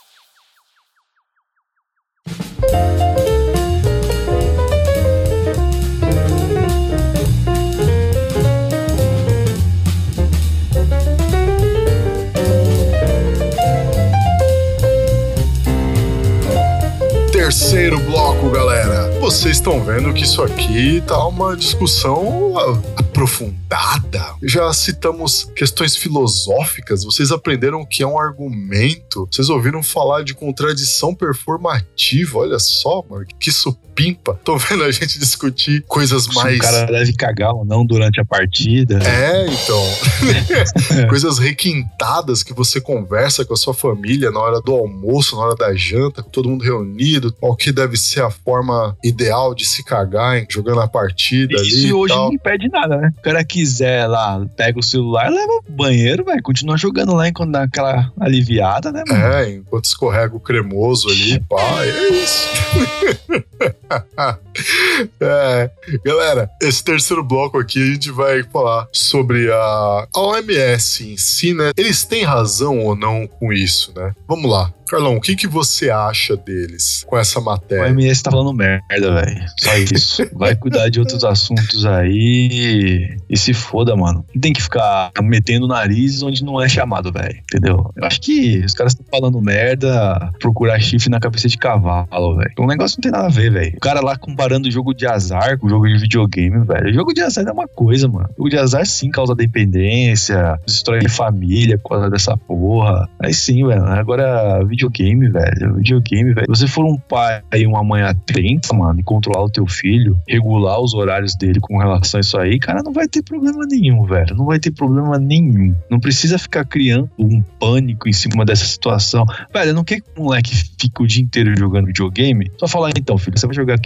Terceiro bloco, galera. Vocês estão vendo que isso aqui tá uma discussão aprofundada. Já citamos questões filosóficas. Vocês aprenderam o que é um argumento. Vocês ouviram falar de contradição performativa. Olha só, mano, que supimpa. Tô vendo a gente discutir coisas mais... Se o cara deve cagar ou não durante a partida. Então. Coisas requintadas que você conversa com a sua família na hora do almoço, na hora da janta, com todo mundo reunido. Qual que deve ser a forma ideal de se cagar, hein? Jogando a partida ali. Isso hoje tal. não impede nada, né? O cara quiser lá, pega o celular, leva pro banheiro, vai, continua jogando lá enquanto dá aquela aliviada, né, mano? Enquanto escorrega o cremoso ali, pá, é isso. Galera, esse terceiro bloco aqui a gente vai falar sobre a OMS em si, né? Eles têm razão ou não com isso, né? Vamos lá. Carlão, o que você acha deles com essa matéria? O OMS tá falando merda, velho. Só isso. Vai cuidar de outros assuntos aí e se foda, mano. Não tem que ficar metendo o nariz onde não é chamado, velho. Entendeu? Eu acho que os caras estão falando merda, procurar chifre na cabeça de cavalo, velho. O negócio não tem nada a ver, velho. O cara lá comparando o jogo de azar com o jogo de videogame, velho. O jogo de azar é uma coisa, mano. O jogo de azar sim causa dependência, destrói família por causa dessa porra. Aí sim, velho. Agora, videogame, velho. Você for um pai e uma mãe atenta, mano, e controlar o teu filho, regular os horários dele com relação a isso aí, cara, não vai ter problema nenhum, velho. Não vai ter problema nenhum. Não precisa ficar criando um pânico em cima dessa situação. Velho, não quer que o moleque fique o dia inteiro jogando videogame? Só falar, então, filho, você vai jogar aqui 1 hora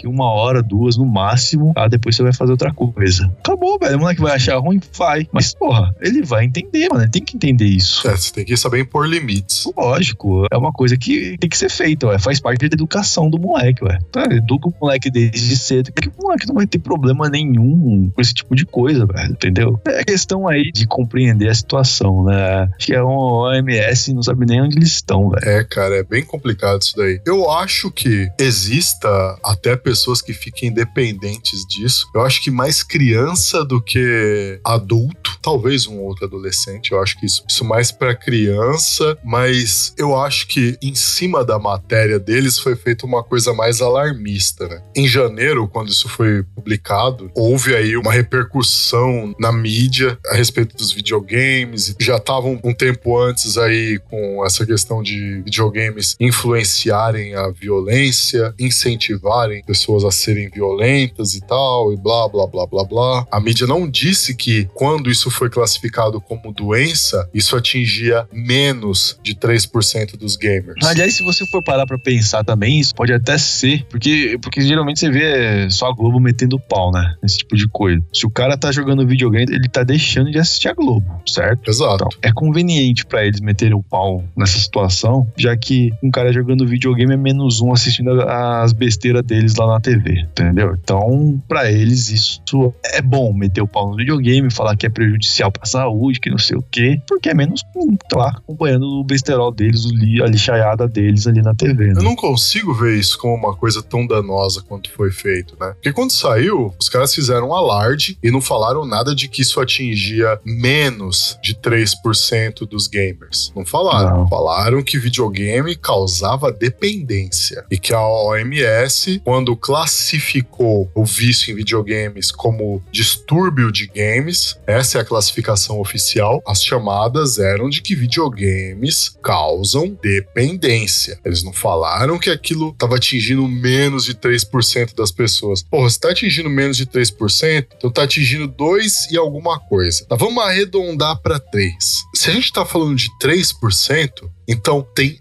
hora, 2 no máximo, depois você vai fazer outra coisa. Acabou, velho. O moleque vai achar ruim? Vai. Mas, porra, ele vai entender, mano. Ele tem que entender isso. Você tem que saber impor limites. Lógico, é uma coisa que tem que ser feita, ué. Faz parte da educação do moleque, ué. Educa o moleque desde cedo, que o moleque não vai ter problema nenhum com esse tipo de coisa, velho, entendeu? É questão aí de compreender a situação, né? Acho que é um OMS, não sabe nem onde eles estão, velho. Cara, é bem complicado isso daí. Eu acho que exista até pessoas que fiquem dependentes disso. Eu acho que mais criança do que adulto, talvez um outro adolescente. Eu acho que isso mais pra criança, mas eu acho que em cima da matéria deles foi feita uma coisa mais alarmista, né? Em janeiro, quando isso foi publicado, houve aí uma repercussão na mídia a respeito dos videogames. Já estavam um tempo antes aí com essa questão de videogames influenciarem a violência, incentivarem pessoas a serem violentas e tal, e blá, blá, blá, blá, blá. A mídia não disse que quando isso foi classificado como doença, isso atingia menos de 3% dos gamers. Aliás, se você for parar pra pensar também, isso pode até ser, porque geralmente você vê só a Globo metendo pau, né? Esse tipo de coisa. Se o cara tá jogando videogame, ele tá deixando de assistir a Globo, certo? Exato. Então, é conveniente pra eles meterem o pau nessa situação, já que um cara jogando videogame é menos um assistindo as besteiras deles lá na TV, entendeu? Então, pra eles, isso é bom, meter o pau no videogame, falar que é prejudicial pra saúde, que não sei o quê, porque é menos um, tá lá acompanhando o besterol deles, a lixaiada deles ali na TV, né? Eu não consigo ver isso como uma coisa tão danosa quanto foi feito, né? Porque quando saiu, os caras fizeram um alarde e não falaram nada de que isso atingia menos de 3% dos gamers. Não falaram. Não. Falaram que videogame causava dependência e que a OMS, quando classificou o vício em videogames como distúrbio de games, essa é a classificação oficial, as chamadas eram de que videogames causam dependência. Eles não falaram que aquilo estava atingindo menos de 3% das pessoas. Porra, se tá atingindo menos de 3%, então tá atingindo 2 e alguma coisa. Tá, vamos arredondar para 3. Se a gente tá falando de 3%, então tem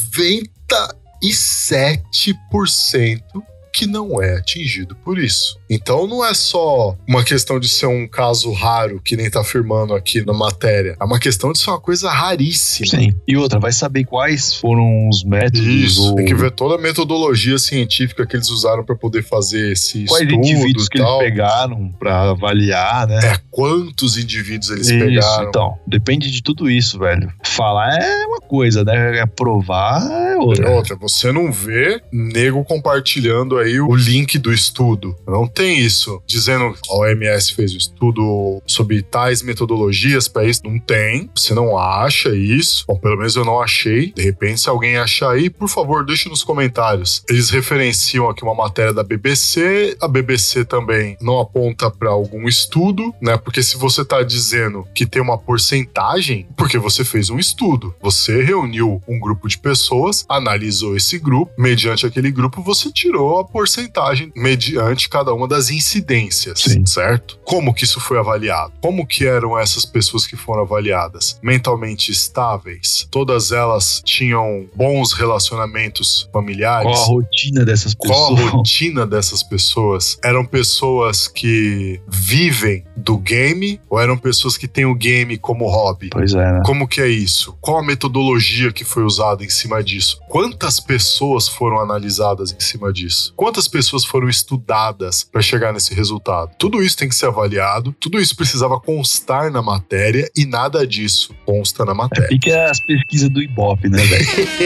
97% que não é atingido por isso. Então não é só uma questão de ser um caso raro, que nem tá afirmando aqui na matéria. É uma questão de ser uma coisa raríssima. Sim. E outra, vai saber quais foram os métodos. Isso, tem que ver toda a metodologia científica que eles usaram para poder fazer esse quais estudo. Quais indivíduos que tal. Eles pegaram para avaliar, né? Quantos indivíduos eles isso, pegaram. Então, depende de tudo isso, velho. Falar é uma coisa, né? Provar é outra. É outra. Você não vê nego compartilhando aí o link do estudo. Não tem isso. Dizendo que a OMS fez um estudo sobre tais metodologias para isso. Não tem. Você não acha isso. Bom, pelo menos eu não achei. De repente, se alguém achar aí, por favor, deixe nos comentários. Eles referenciam aqui uma matéria da BBC. A BBC também não aponta para algum estudo, né? Porque se você tá dizendo que tem uma porcentagem, porque você fez um estudo. Você reuniu um grupo de pessoas, analisou esse grupo. Mediante aquele grupo, você tirou a porcentagem mediante cada uma das incidências, sim, certo? Como que isso foi avaliado? Como que eram essas pessoas que foram avaliadas? Mentalmente estáveis? Todas elas tinham bons relacionamentos familiares? Qual a rotina dessas pessoas? Qual a rotina dessas pessoas? Eram pessoas que vivem do game ou eram pessoas que têm o game como hobby? Pois é, né? Como que é isso? Qual a metodologia que foi usada em cima disso? Quantas pessoas foram analisadas em cima disso? Quantas pessoas foram estudadas para chegar nesse resultado? Tudo isso tem que ser avaliado, tudo isso precisava constar na matéria e nada disso consta na matéria. É que é as pesquisas do Ibope, né, velho?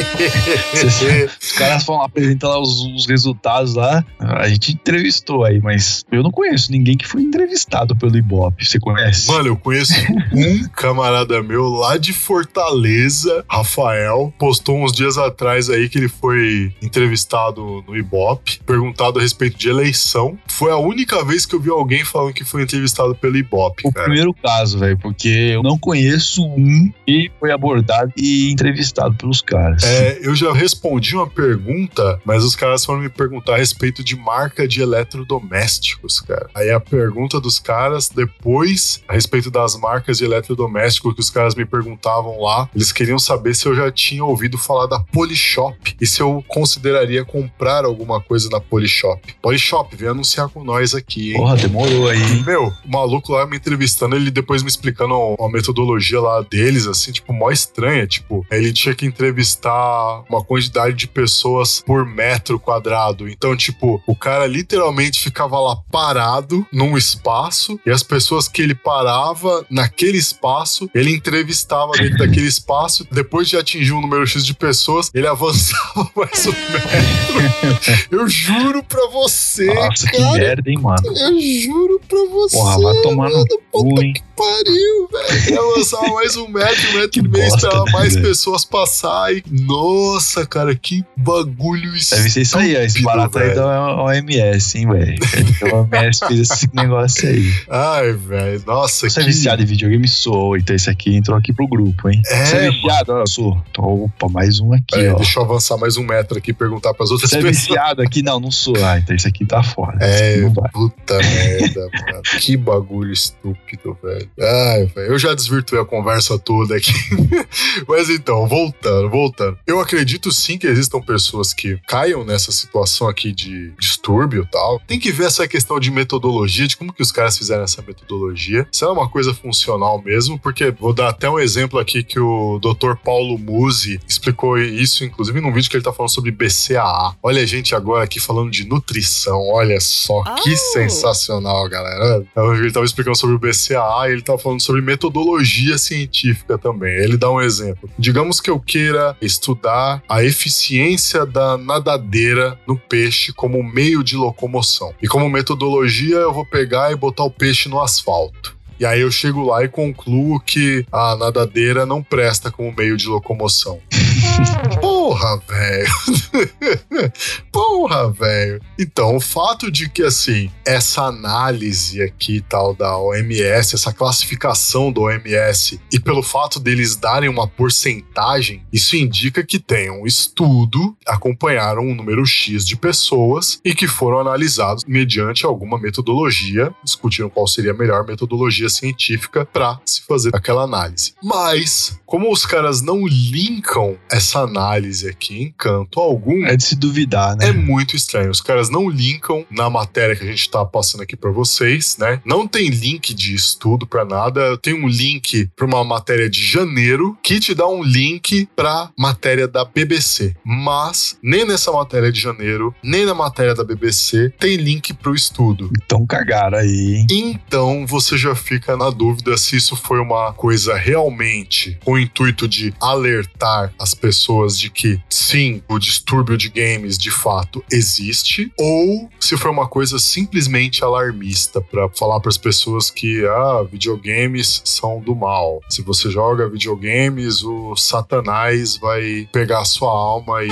Os caras vão apresentar lá os resultados lá. A gente entrevistou aí, mas eu não conheço ninguém que foi entrevistado pelo Ibope. Você conhece? Mano, eu conheço um camarada meu lá de Fortaleza, Rafael, postou uns dias atrás aí que ele foi entrevistado no Ibope, perguntado a respeito de eleição. Foi a única vez que eu vi alguém falando que foi entrevistado pelo Ibope, cara. O primeiro caso, velho, porque eu não conheço um que foi abordado e entrevistado pelos caras. Eu já respondi uma pergunta, mas os caras foram me perguntar a respeito de marca de eletrodomésticos, cara. Aí a pergunta dos caras depois, a respeito das marcas de eletrodomésticos que os caras me perguntavam lá, eles queriam saber se eu já tinha ouvido falar da Polishop e se eu consideraria comprar alguma coisa na Polishop. Polishop, vem anunciar com nós aqui, hein? Porra, demorou aí. E, meu, o maluco lá me entrevistando, ele depois me explicando uma metodologia lá deles, assim, tipo, mó estranha. Tipo, ele tinha que entrevistar uma quantidade de pessoas por metro quadrado. Então, tipo, o cara literalmente ficava lá parado num espaço e as pessoas que ele parava naquele espaço, ele entrevistava dentro daquele espaço. Depois de atingir um número X de pessoas, ele avançava mais um metro. Eu juro pra você, nossa, cara. Que merda, hein, mano? Eu juro pra você. Porra, vai tomar no cu, hein? Pariu, velho. Ele avançava mais um metro e meio, esperava mais pessoas passar e... Nossa, cara, que bagulho estúpido. Deve ser isso aí, ó. Esse barato aí da OMS, hein, velho. A OMS fez esse negócio aí. Ai, velho, nossa. Você é viciado em videogame? Sou. Então esse aqui entrou aqui pro grupo, hein? Você é viciado? Ó, sou. Opa, mais um aqui, ó. Deixa eu avançar mais um metro aqui e perguntar pras outras pessoas. Você é viciado aqui? Não sou. Ah, então esse aqui tá fora. Puta merda, mano. Que bagulho estúpido, velho. Ai, velho, eu já desvirtuei a conversa toda aqui. Mas então, voltando. Eu acredito sim que existam pessoas que caiam nessa situação aqui de distúrbio e tal. Tem que ver essa questão de metodologia, de como que os caras fizeram essa metodologia. Se é uma coisa funcional mesmo, porque vou dar até um exemplo aqui que o Dr. Paulo Musi explicou isso, inclusive, num vídeo que ele tá falando sobre BCAA. Olha a gente agora aqui falando de nutrição, olha só, que sensacional, galera. Ele tava explicando sobre o BCAA e ele tava falando sobre metodologia científica também. Ele dá um exemplo. Digamos que eu queira estudar a eficiência da nadadeira no peixe como meio de locomoção. E como metodologia, eu vou pegar e botar o peixe no asfalto. E aí eu chego lá e concluo que a nadadeira não presta como meio de locomoção. Porra, velho. Porra, velho. Então, o fato de que, assim, essa análise aqui tal da OMS, essa classificação da OMS, e pelo fato deles darem uma porcentagem, isso indica que tem um estudo, acompanharam um número X de pessoas e que foram analisados mediante alguma metodologia, discutiram qual seria a melhor metodologia científica para se fazer aquela análise. Mas, como os caras não linkam essa análise aqui em canto algum... É de se duvidar, né? É muito estranho. Os caras não linkam na matéria que a gente tá passando aqui pra vocês, né? Não tem link de estudo pra nada. Tem um link pra uma matéria de janeiro que te dá um link pra matéria da BBC. Mas nem nessa matéria de janeiro, nem na matéria da BBC tem link pro estudo. Então cagaram aí, hein? Então você já fica na dúvida se isso foi uma coisa realmente com o intuito de alertar as pessoas de que sim, o distúrbio de games de fato existe, ou se foi uma coisa simplesmente alarmista para falar para as pessoas que videogames são do mal. Se você joga videogames, o Satanás vai pegar a sua alma e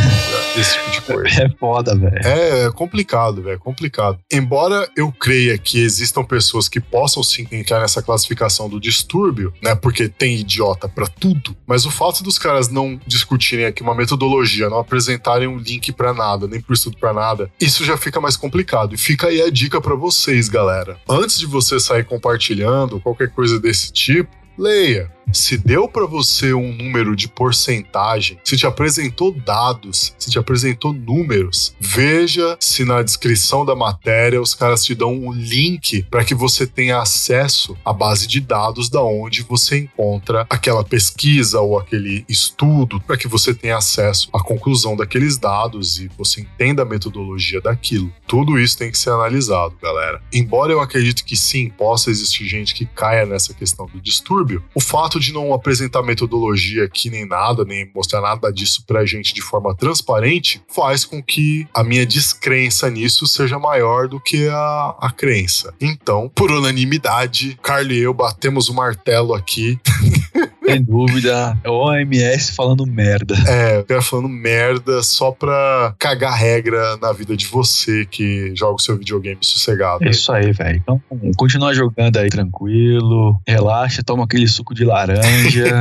esse tipo de coisa. É foda, velho. É complicado, velho, complicado. Embora eu creia que existam pessoas que possam sim entrar nessa classificação do distúrbio, né, porque tem idiota pra tudo, mas o fato dos caras não discutirem aqui uma metodologia, não apresentarem um link pra nada, nem pro estudo pra nada, isso já fica mais complicado. E fica aí a dica pra vocês, galera. Antes de você sair compartilhando qualquer coisa desse tipo, leia. Se deu pra você um número de porcentagem, se te apresentou dados, se te apresentou números, veja se na descrição da matéria os caras te dão um link para que você tenha acesso à base de dados da onde você encontra aquela pesquisa ou aquele estudo, para que você tenha acesso à conclusão daqueles dados e você entenda a metodologia daquilo. Tudo isso tem que ser analisado, galera. Embora eu acredite que sim, possa existir gente que caia nessa questão do distúrbio, o fato de não apresentar metodologia aqui nem nada, nem mostrar nada disso pra gente de forma transparente, faz com que a minha descrença nisso seja maior do que a crença. Então, por unanimidade, Carlos e eu batemos o martelo aqui. Sem dúvida, é o OMS falando merda. É, o cara falando merda só pra cagar regra na vida de você que joga o seu videogame sossegado. É isso aí, velho. Então, continua jogando aí tranquilo, relaxa, toma aquele suco de laranja.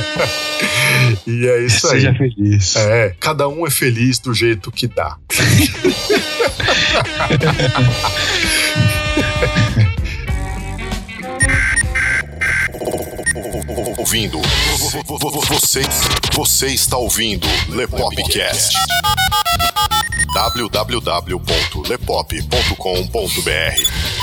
E é isso aí. Seja feliz. É, cada um é feliz do jeito que dá. Ouvindo. Você está ouvindo Le Popcast. www.lepop.com.br.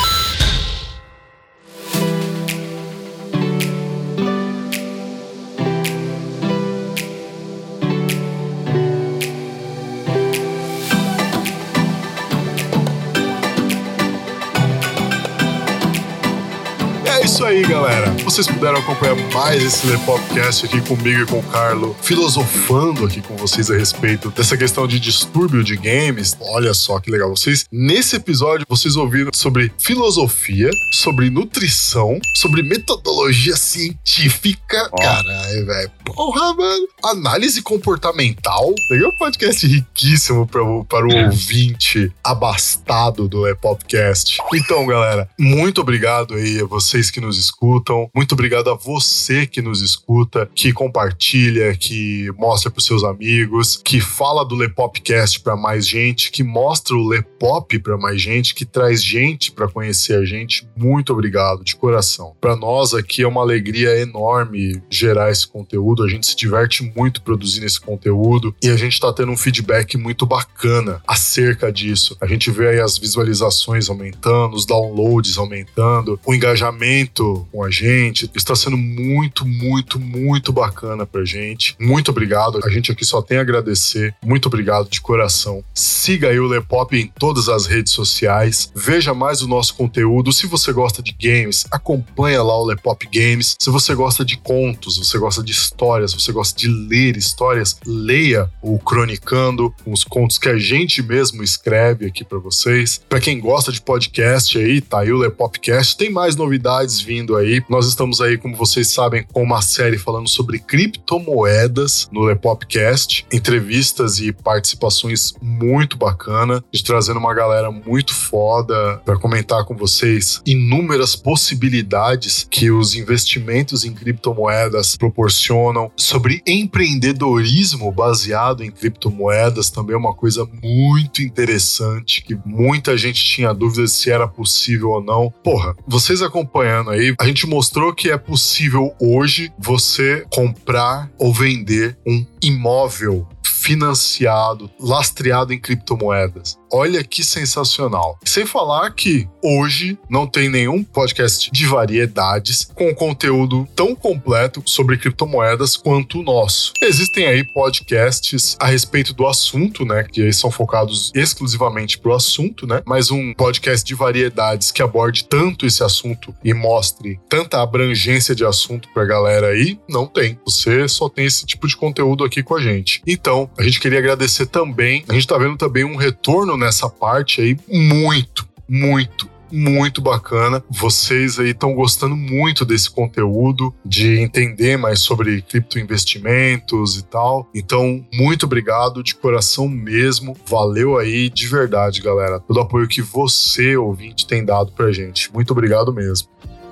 É isso aí, galera. Vocês puderam acompanhar mais esse Lepopcast aqui comigo e com o Carlo, filosofando aqui com vocês a respeito dessa questão de distúrbio de games. Olha só que legal. Nesse episódio, vocês ouviram sobre filosofia, sobre nutrição, sobre metodologia científica. Caralho, velho. Porra, mano. Análise comportamental. Legal, um podcast riquíssimo para o ouvinte abastado do Lepopcast. Então, galera, muito obrigado aí a vocês que nos escutam. Muito obrigado a você que nos escuta, que compartilha, que mostra pros seus amigos, que fala do Lepopcast pra mais gente, que mostra o Lepop pra mais gente, que traz gente pra conhecer a gente. Muito obrigado, de coração. Pra nós aqui é uma alegria enorme gerar esse conteúdo. A gente se diverte muito produzindo esse conteúdo e a gente tá tendo um feedback muito bacana acerca disso. A gente vê aí as visualizações aumentando, os downloads aumentando, o engajamento com a gente. Está sendo muito, muito, muito bacana pra gente. Muito obrigado. A gente aqui só tem a agradecer. Muito obrigado de coração. Siga aí o Lepop em todas as redes sociais. Veja mais o nosso conteúdo. Se você gosta de games, acompanha lá o Lepop Games. Se você gosta de contos, você gosta de histórias, você gosta de ler histórias, leia o Cronicando, os contos que a gente mesmo escreve aqui pra vocês. Pra quem gosta de podcast aí, tá aí o Lepopcast. Tem mais novidades vindo aí. Nós estamos aí, como vocês sabem, com uma série falando sobre criptomoedas no Lepopcast. Entrevistas e participações muito bacana, de trazendo uma galera muito foda para comentar com vocês inúmeras possibilidades que os investimentos em criptomoedas proporcionam, sobre empreendedorismo baseado em criptomoedas, também é uma coisa muito interessante, que muita gente tinha dúvidas se era possível ou não. Porra, vocês acompanhando aí, a gente mostrou que é possível hoje você comprar ou vender um imóvel financiado, lastreado em criptomoedas. Olha que sensacional. Sem falar que hoje não tem nenhum podcast de variedades com conteúdo tão completo sobre criptomoedas quanto o nosso. Existem aí podcasts a respeito do assunto, né, que são focados exclusivamente pro assunto, né, mas um podcast de variedades que aborde tanto esse assunto e mostre tanta abrangência de assunto pra galera aí, não tem. Você só tem esse tipo de conteúdo aqui com a gente. Então, a gente queria agradecer também. A gente tá vendo também um retorno nessa parte aí muito, muito, muito bacana. Vocês aí estão gostando muito desse conteúdo, de entender mais sobre criptoinvestimentos e tal. Então, muito obrigado de coração mesmo. Valeu aí de verdade, galera. Todo o apoio que você, ouvinte, tem dado pra gente. Muito obrigado mesmo.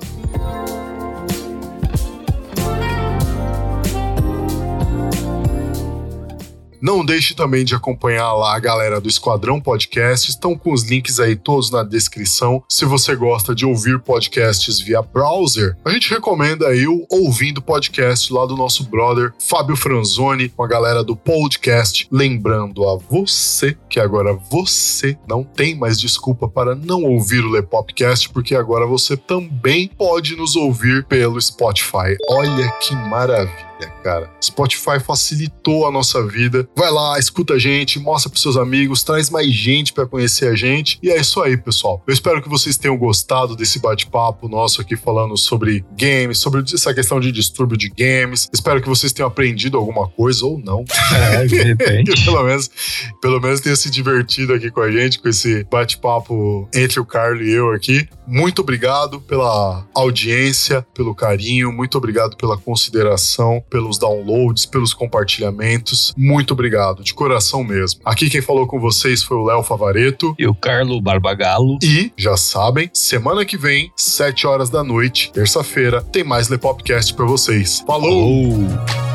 Não deixe também de acompanhar lá a galera do Esquadrão Podcast. Estão com os links aí todos na descrição. Se você gosta de ouvir podcasts via browser, a gente recomenda aí o Ouvindo Podcast lá do nosso brother Fábio Franzoni, com a galera do podcast. Lembrando a você que agora você não tem mais desculpa para não ouvir o Lepopcast, porque agora você também pode nos ouvir pelo Spotify. Olha que maravilha, cara. Spotify facilitou a nossa vida. Vai lá, escuta a gente, mostra pros seus amigos, traz mais gente pra conhecer a gente. E é isso aí, pessoal. Eu espero que vocês tenham gostado desse bate-papo nosso aqui falando sobre games, sobre essa questão de distúrbio de games. Espero que vocês tenham aprendido alguma coisa ou não. De repente. pelo menos tenha se divertido aqui com a gente, com esse bate-papo entre o Carlo e eu aqui. Muito obrigado pela audiência, pelo carinho, muito obrigado pela consideração, pelos downloads, pelos compartilhamentos. Muito obrigado, de coração mesmo. Aqui quem falou com vocês foi o Léo Favaretto. E o Carlo Barbagalo. E, já sabem, semana que vem, 7 horas da noite, terça-feira, tem mais Lepopcast pra vocês. Falou!